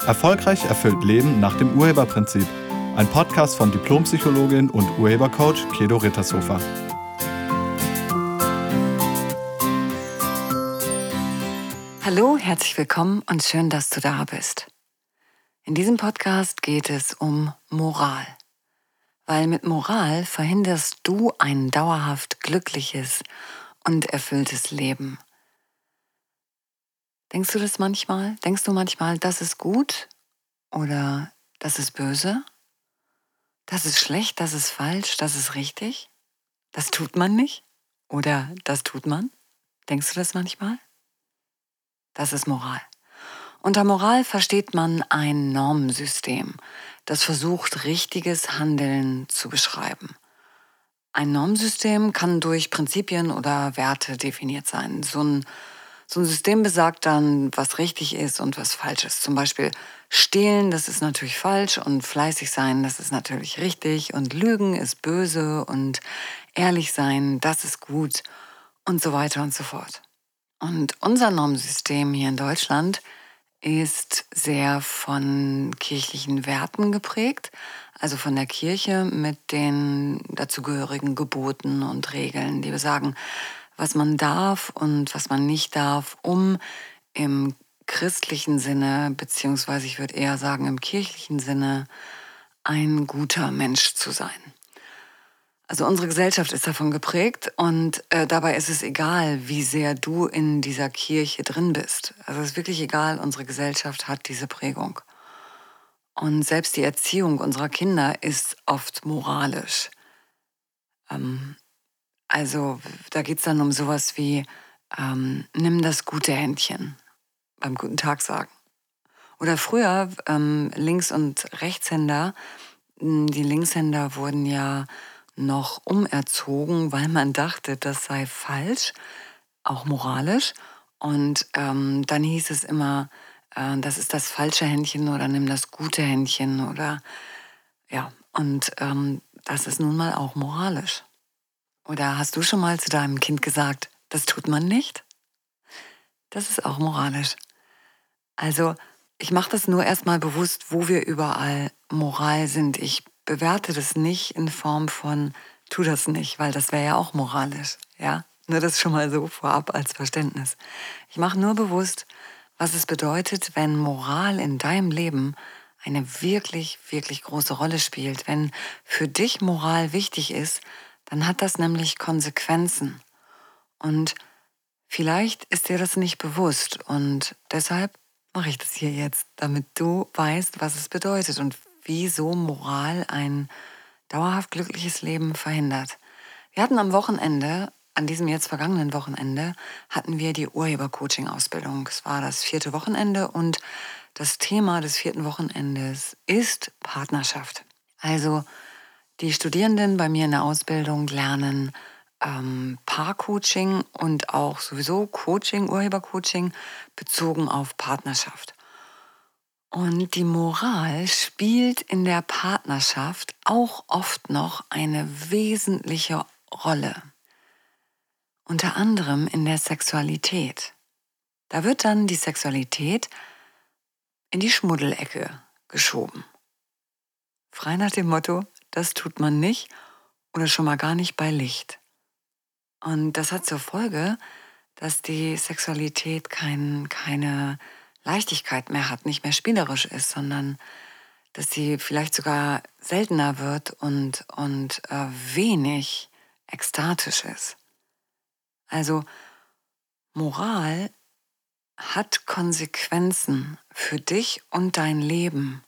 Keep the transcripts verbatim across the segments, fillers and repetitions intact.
Erfolgreich erfüllt Leben nach dem Urheberprinzip. Ein Podcast von Diplompsychologin und Urhebercoach Kedo Rittershofer. Hallo, herzlich willkommen und schön, dass du da bist. In diesem Podcast geht es um Moral. Weil mit Moral verhinderst du ein dauerhaft glückliches und erfülltes Leben. Denkst du das manchmal? Denkst du manchmal, das ist gut oder das ist böse? Das ist schlecht, das ist falsch, das ist richtig? Das tut man nicht? Oder das tut man? Denkst du das manchmal? Das ist Moral. Unter Moral versteht man ein Normensystem, das versucht, richtiges Handeln zu beschreiben. Ein Normensystem kann durch Prinzipien oder Werte definiert sein. So ein, so ein System besagt dann, was richtig ist und was falsch ist. Zum Beispiel stehlen, das ist natürlich falsch, und fleißig sein, das ist natürlich richtig, und lügen ist böse und ehrlich sein, das ist gut und so weiter und so fort. Und unser Normensystem hier in Deutschland ist sehr von kirchlichen Werten geprägt, also von der Kirche mit den dazugehörigen Geboten und Regeln, die besagen, was man darf und was man nicht darf, um im christlichen Sinne, beziehungsweise ich würde eher sagen im kirchlichen Sinne, ein guter Mensch zu sein. Also unsere Gesellschaft ist davon geprägt, und äh, dabei ist es egal, wie sehr du in dieser Kirche drin bist. Also es ist wirklich egal, unsere Gesellschaft hat diese Prägung. Und selbst die Erziehung unserer Kinder ist oft moralisch. Ähm, also da geht es dann um sowas wie, ähm, nimm das gute Händchen beim guten Tag sagen. Oder früher ähm, Links- und Rechtshänder, die Linkshänder wurden ja noch umerzogen, weil man dachte, das sei falsch, auch moralisch. Und ähm, dann hieß es immer, äh, das ist das falsche Händchen oder nimm das gute Händchen oder ja, und ähm, das ist nun mal auch moralisch. Oder hast du schon mal zu deinem Kind gesagt, das tut man nicht? Das ist auch moralisch. Also ich mache das nur erstmal bewusst, wo wir überall Moral sind. Ich bewerte das nicht in Form von, tu das nicht, weil das wäre ja auch moralisch. Ja? Nur das schon mal so vorab als Verständnis. Ich mache nur bewusst, was es bedeutet, wenn Moral in deinem Leben eine wirklich, wirklich große Rolle spielt. Wenn für dich Moral wichtig ist, dann hat das nämlich Konsequenzen. Und vielleicht ist dir das nicht bewusst, und deshalb mache ich das hier jetzt, damit du weißt, was es bedeutet und wieso Moral ein dauerhaft glückliches Leben verhindert. Wir hatten am Wochenende, an diesem jetzt vergangenen Wochenende, hatten wir die Urhebercoaching-Ausbildung. Es war das vierte Wochenende und das Thema des vierten Wochenendes ist Partnerschaft. Also die Studierenden bei mir in der Ausbildung lernen ähm, Paarcoaching und auch sowieso Coaching, Urhebercoaching bezogen auf Partnerschaft. Und die Moral spielt in der Partnerschaft auch oft noch eine wesentliche Rolle. Unter anderem in der Sexualität. Da wird dann die Sexualität in die Schmuddelecke geschoben. Frei nach dem Motto, das tut man nicht oder schon mal gar nicht bei Licht. Und das hat zur Folge, dass die Sexualität kein, keine Leichtigkeit mehr hat, nicht mehr spielerisch ist, sondern dass sie vielleicht sogar seltener wird und, und äh, wenig ekstatisch ist. Also Moral hat Konsequenzen für dich und dein Leben.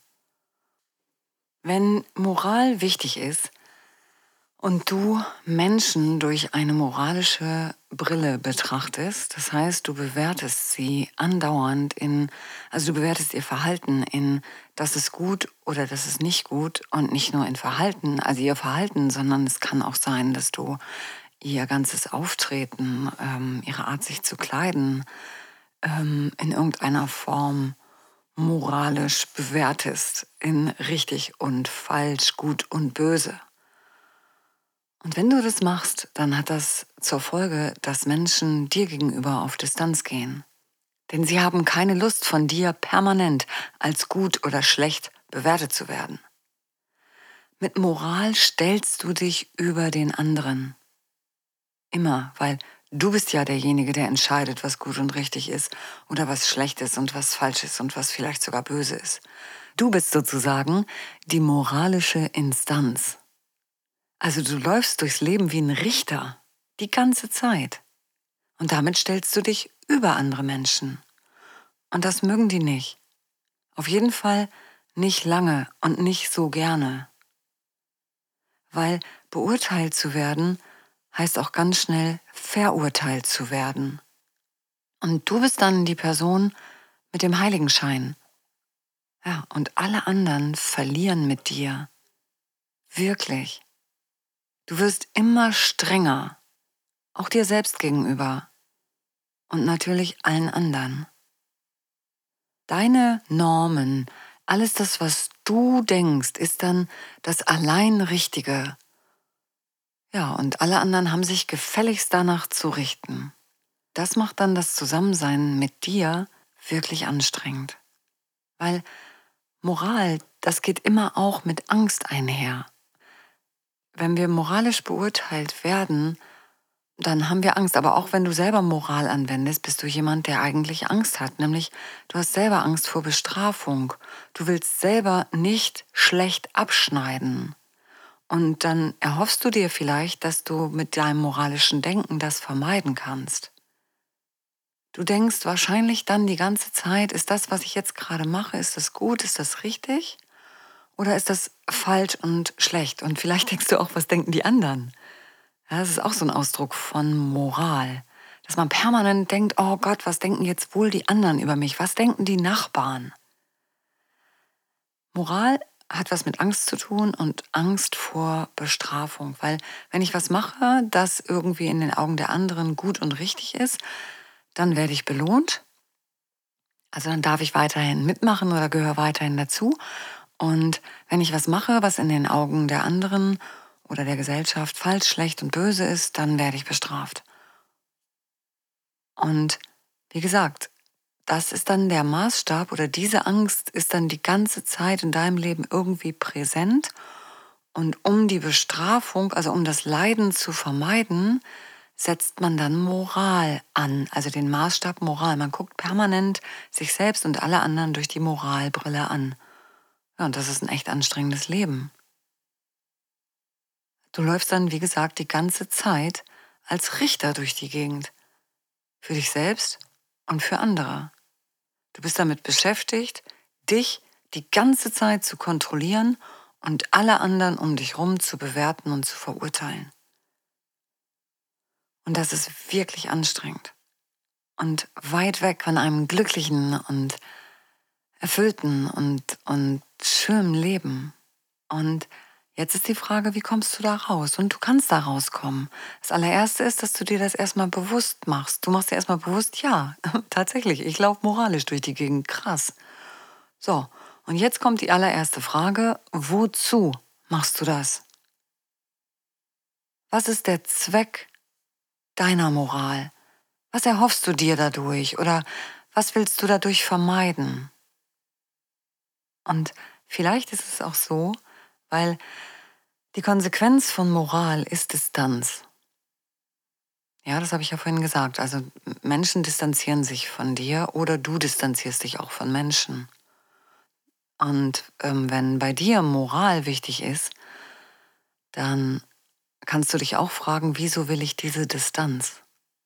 Wenn Moral wichtig ist, und du Menschen durch eine moralische Brille betrachtest, das heißt, du bewertest sie andauernd in, also du bewertest ihr Verhalten in, das ist gut oder das ist nicht gut, und nicht nur in Verhalten, also ihr Verhalten, sondern es kann auch sein, dass du ihr ganzes Auftreten, ähm, ihre Art, sich zu kleiden, ähm, in irgendeiner Form moralisch bewertest, in richtig und falsch, gut und böse. Und wenn du das machst, dann hat das zur Folge, dass Menschen dir gegenüber auf Distanz gehen. Denn sie haben keine Lust, von dir permanent als gut oder schlecht bewertet zu werden. Mit Moral stellst du dich über den anderen. Immer, weil du bist ja derjenige, der entscheidet, was gut und richtig ist oder was schlecht ist und was falsch ist und was vielleicht sogar böse ist. Du bist sozusagen die moralische Instanz. Also du läufst durchs Leben wie ein Richter, die ganze Zeit. Und damit stellst du dich über andere Menschen. Und das mögen die nicht. Auf jeden Fall nicht lange und nicht so gerne. Weil beurteilt zu werden, heißt auch ganz schnell verurteilt zu werden. Und du bist dann die Person mit dem Heiligenschein. Ja, und alle anderen verlieren mit dir. Wirklich. Du wirst immer strenger, auch dir selbst gegenüber und natürlich allen anderen. Deine Normen, alles das, was du denkst, ist dann das allein Richtige. Ja, und alle anderen haben sich gefälligst danach zu richten. Das macht dann das Zusammensein mit dir wirklich anstrengend. Weil Moral, das geht immer auch mit Angst einher. Wenn wir moralisch beurteilt werden, dann haben wir Angst. Aber auch wenn du selber Moral anwendest, bist du jemand, der eigentlich Angst hat. Nämlich, du hast selber Angst vor Bestrafung. Du willst selber nicht schlecht abschneiden. Und dann erhoffst du dir vielleicht, dass du mit deinem moralischen Denken das vermeiden kannst. Du denkst wahrscheinlich dann die ganze Zeit, ist das, was ich jetzt gerade mache, ist das gut, ist das richtig? Oder ist das falsch und schlecht? Und vielleicht denkst du auch, was denken die anderen? Ja, das ist auch so ein Ausdruck von Moral. Dass man permanent denkt, oh Gott, was denken jetzt wohl die anderen über mich? Was denken die Nachbarn? Moral hat was mit Angst zu tun und Angst vor Bestrafung. Weil wenn ich was mache, das irgendwie in den Augen der anderen gut und richtig ist, dann werde ich belohnt. Also dann darf ich weiterhin mitmachen oder gehöre weiterhin dazu. Und wenn ich was mache, was in den Augen der anderen oder der Gesellschaft falsch, schlecht und böse ist, dann werde ich bestraft. Und wie gesagt, das ist dann der Maßstab oder diese Angst ist dann die ganze Zeit in deinem Leben irgendwie präsent. Und um die Bestrafung, also um das Leiden zu vermeiden, setzt man dann Moral an, also den Maßstab Moral. Man guckt permanent sich selbst und alle anderen durch die Moralbrille an. Ja, und das ist ein echt anstrengendes Leben. Du läufst dann, wie gesagt, die ganze Zeit als Richter durch die Gegend. Für dich selbst und für andere. Du bist damit beschäftigt, dich die ganze Zeit zu kontrollieren und alle anderen um dich herum zu bewerten und zu verurteilen. Und das ist wirklich anstrengend. Und weit weg von einem glücklichen und erfüllten und, und schönen Leben. Und jetzt ist die Frage, wie kommst du da raus? Und du kannst da rauskommen. Das allererste ist, dass du dir das erstmal bewusst machst. Du machst dir erstmal bewusst, ja, tatsächlich, ich laufe moralisch durch die Gegend. Krass. So, und jetzt kommt die allererste Frage, wozu machst du das? Was ist der Zweck deiner Moral? Was erhoffst du dir dadurch oder was willst du dadurch vermeiden? Und vielleicht ist es auch so, weil die Konsequenz von Moral ist Distanz. Ja, das habe ich ja vorhin gesagt. Also Menschen distanzieren sich von dir oder du distanzierst dich auch von Menschen. Und ähm, wenn bei dir Moral wichtig ist, dann kannst du dich auch fragen, wieso will ich diese Distanz?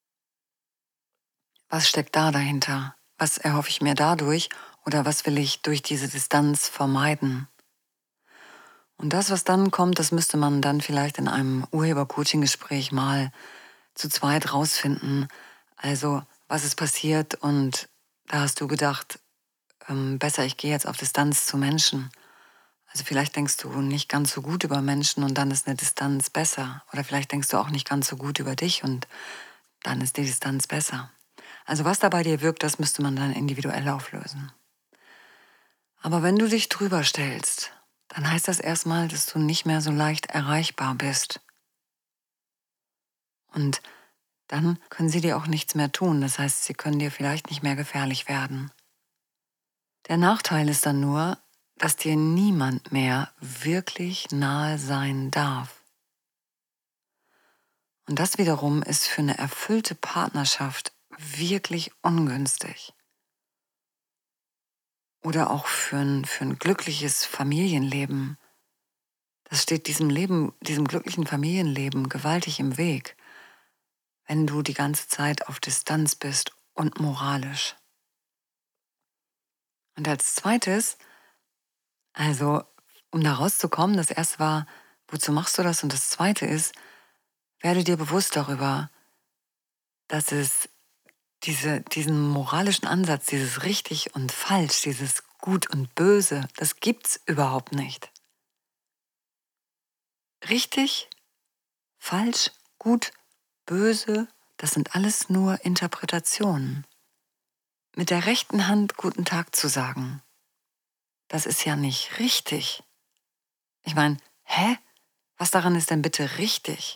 Was steckt da dahinter? Was erhoffe ich mir dadurch oder was will ich durch diese Distanz vermeiden? Und das, was dann kommt, das müsste man dann vielleicht in einem Urheber-Coaching-Gespräch mal zu zweit rausfinden. Also, was ist passiert und da hast du gedacht, ähm, besser, ich gehe jetzt auf Distanz zu Menschen. Also vielleicht denkst du nicht ganz so gut über Menschen und dann ist eine Distanz besser. Oder vielleicht denkst du auch nicht ganz so gut über dich und dann ist die Distanz besser. Also was da bei dir wirkt, das müsste man dann individuell auflösen. Aber wenn du dich drüber stellst, dann heißt das erstmal, dass du nicht mehr so leicht erreichbar bist. Und dann können sie dir auch nichts mehr tun. Das heißt, sie können dir vielleicht nicht mehr gefährlich werden. Der Nachteil ist dann nur, dass dir niemand mehr wirklich nahe sein darf. Und das wiederum ist für eine erfüllte Partnerschaft wirklich ungünstig. Oder auch für ein, für ein glückliches Familienleben. Das steht diesem Leben, diesem glücklichen Familienleben gewaltig im Weg, wenn du die ganze Zeit auf Distanz bist und moralisch. Und als zweites, also um da rauszukommen, das erste war, wozu machst du das? Und das zweite ist, werde dir bewusst darüber, dass es diese, diesen moralischen Ansatz, dieses richtig und falsch, dieses gut und böse, das gibt's überhaupt nicht. Richtig, falsch, gut, böse, das sind alles nur Interpretationen. Mit der rechten Hand guten Tag zu sagen, das ist ja nicht richtig. Ich meine, hä? Was daran ist denn bitte richtig?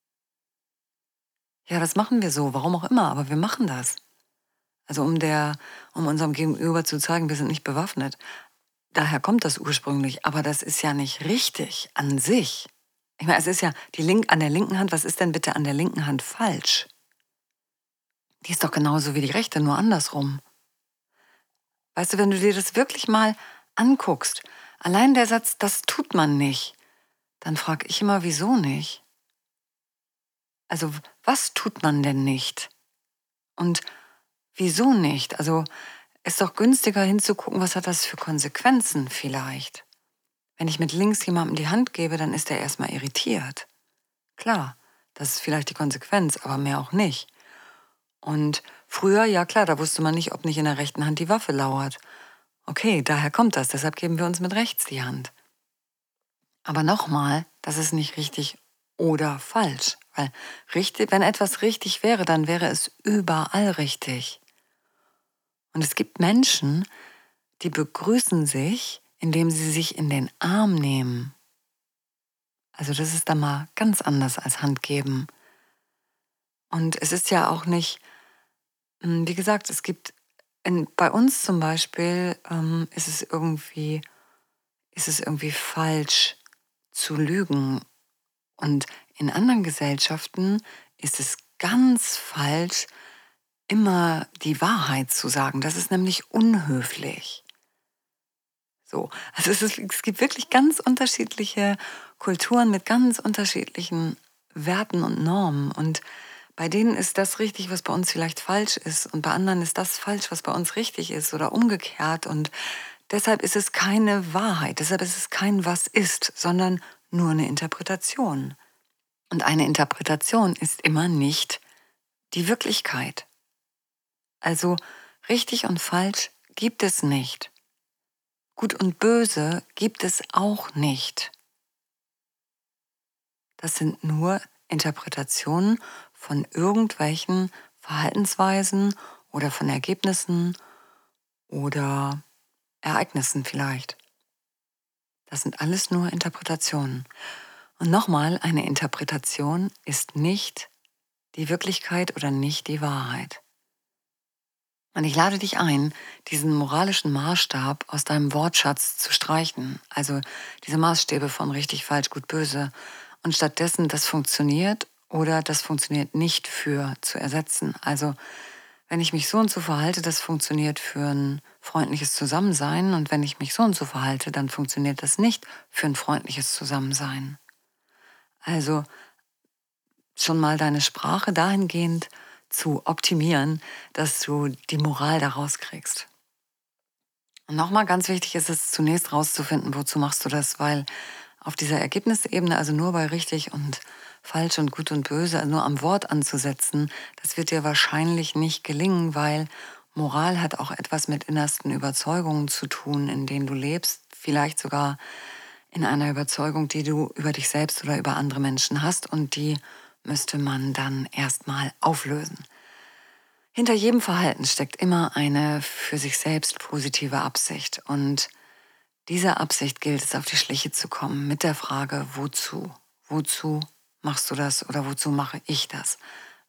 Ja, das machen wir so, warum auch immer, aber wir machen das. Also um, der, um unserem Gegenüber zu zeigen, wir sind nicht bewaffnet. Daher kommt das ursprünglich, aber das ist ja nicht richtig an sich. Ich meine, es ist ja die Link an der linken Hand, was ist denn bitte an der linken Hand falsch? Die ist doch genauso wie die rechte, nur andersrum. Weißt du, wenn du dir das wirklich mal anguckst, allein der Satz, das tut man nicht, dann frage ich immer, wieso nicht? Also, was tut man denn nicht? Und wieso nicht? Also, ist doch günstiger hinzugucken, was hat das für Konsequenzen vielleicht? Wenn ich mit links jemandem die Hand gebe, dann ist er erstmal irritiert. Klar, das ist vielleicht die Konsequenz, aber mehr auch nicht. Und früher, ja klar, da wusste man nicht, ob nicht in der rechten Hand die Waffe lauert. Okay, daher kommt das, deshalb geben wir uns mit rechts die Hand. Aber nochmal, das ist nicht richtig oder falsch. Weil richtig, wenn etwas richtig wäre, dann wäre es überall richtig. Und es gibt Menschen, die begrüßen sich, indem sie sich in den Arm nehmen. Also das ist dann mal ganz anders als Handgeben. Und es ist ja auch nicht, wie gesagt, es gibt, in, bei uns zum Beispiel ähm, ist es irgendwie, ist es irgendwie falsch zu lügen. Und in anderen Gesellschaften ist es ganz falsch, immer die Wahrheit zu sagen. Das ist nämlich unhöflich. So, also es, ist, es gibt wirklich ganz unterschiedliche Kulturen mit ganz unterschiedlichen Werten und Normen. Und bei denen ist das richtig, was bei uns vielleicht falsch ist. Und bei anderen ist das falsch, was bei uns richtig ist oder umgekehrt. Und deshalb ist es keine Wahrheit, deshalb ist es kein Was ist, sondern nur eine Interpretation. Und eine Interpretation ist immer nicht die Wirklichkeit. Also richtig und falsch gibt es nicht. Gut und böse gibt es auch nicht. Das sind nur Interpretationen von irgendwelchen Verhaltensweisen oder von Ergebnissen oder Ereignissen vielleicht. Das sind alles nur Interpretationen. Und nochmal, eine Interpretation ist nicht die Wirklichkeit oder nicht die Wahrheit. Und ich lade dich ein, diesen moralischen Maßstab aus deinem Wortschatz zu streichen. Also diese Maßstäbe von richtig, falsch, gut, böse. Und stattdessen das funktioniert oder das funktioniert nicht für zu ersetzen. Also wenn ich mich so und so verhalte, das funktioniert für ein freundliches Zusammensein. Und wenn ich mich so und so verhalte, dann funktioniert das nicht für ein freundliches Zusammensein. Also schon mal deine Sprache dahingehend zu optimieren, dass du die Moral daraus kriegst. Und nochmal ganz wichtig ist es, zunächst rauszufinden, wozu machst du das, weil auf dieser Ergebnisebene, also nur bei richtig und falsch und gut und böse, nur am Wort anzusetzen, das wird dir wahrscheinlich nicht gelingen, weil Moral hat auch etwas mit innersten Überzeugungen zu tun, in denen du lebst, vielleicht sogar in einer Überzeugung, die du über dich selbst oder über andere Menschen hast und die müsste man dann erstmal auflösen. Hinter jedem Verhalten steckt immer eine für sich selbst positive Absicht. Und dieser Absicht gilt es, auf die Schliche zu kommen mit der Frage, wozu? Wozu machst du das oder wozu mache ich das?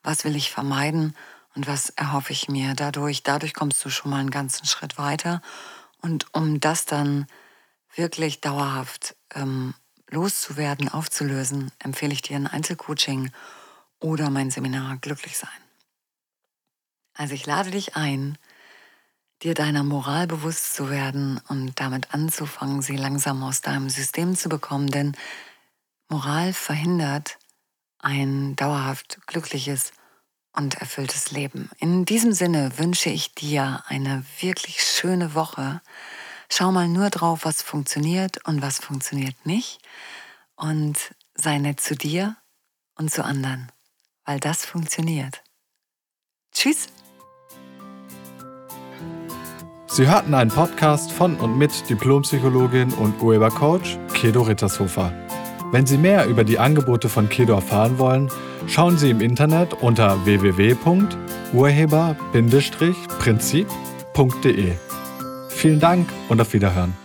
Was will ich vermeiden und was erhoffe ich mir dadurch? Dadurch kommst du schon mal einen ganzen Schritt weiter. Und um das dann wirklich dauerhaft ähm, loszuwerden, aufzulösen, empfehle ich dir ein Einzelcoaching oder mein Seminar Glücklich sein. Also ich lade dich ein, dir deiner Moral bewusst zu werden und damit anzufangen, sie langsam aus deinem System zu bekommen, denn Moral verhindert ein dauerhaft glückliches und erfülltes Leben. In diesem Sinne wünsche ich dir eine wirklich schöne Woche. Schau mal nur drauf, was funktioniert und was funktioniert nicht. Und sei nett zu dir und zu anderen, weil das funktioniert. Tschüss! Sie hörten einen Podcast von und mit Diplompsychologin und Urhebercoach Kedo Rittershofer. Wenn Sie mehr über die Angebote von Kedo erfahren wollen, schauen Sie im Internet unter w w w punkt urheber Bindestrich prinzip punkt de. Vielen Dank und auf Wiederhören.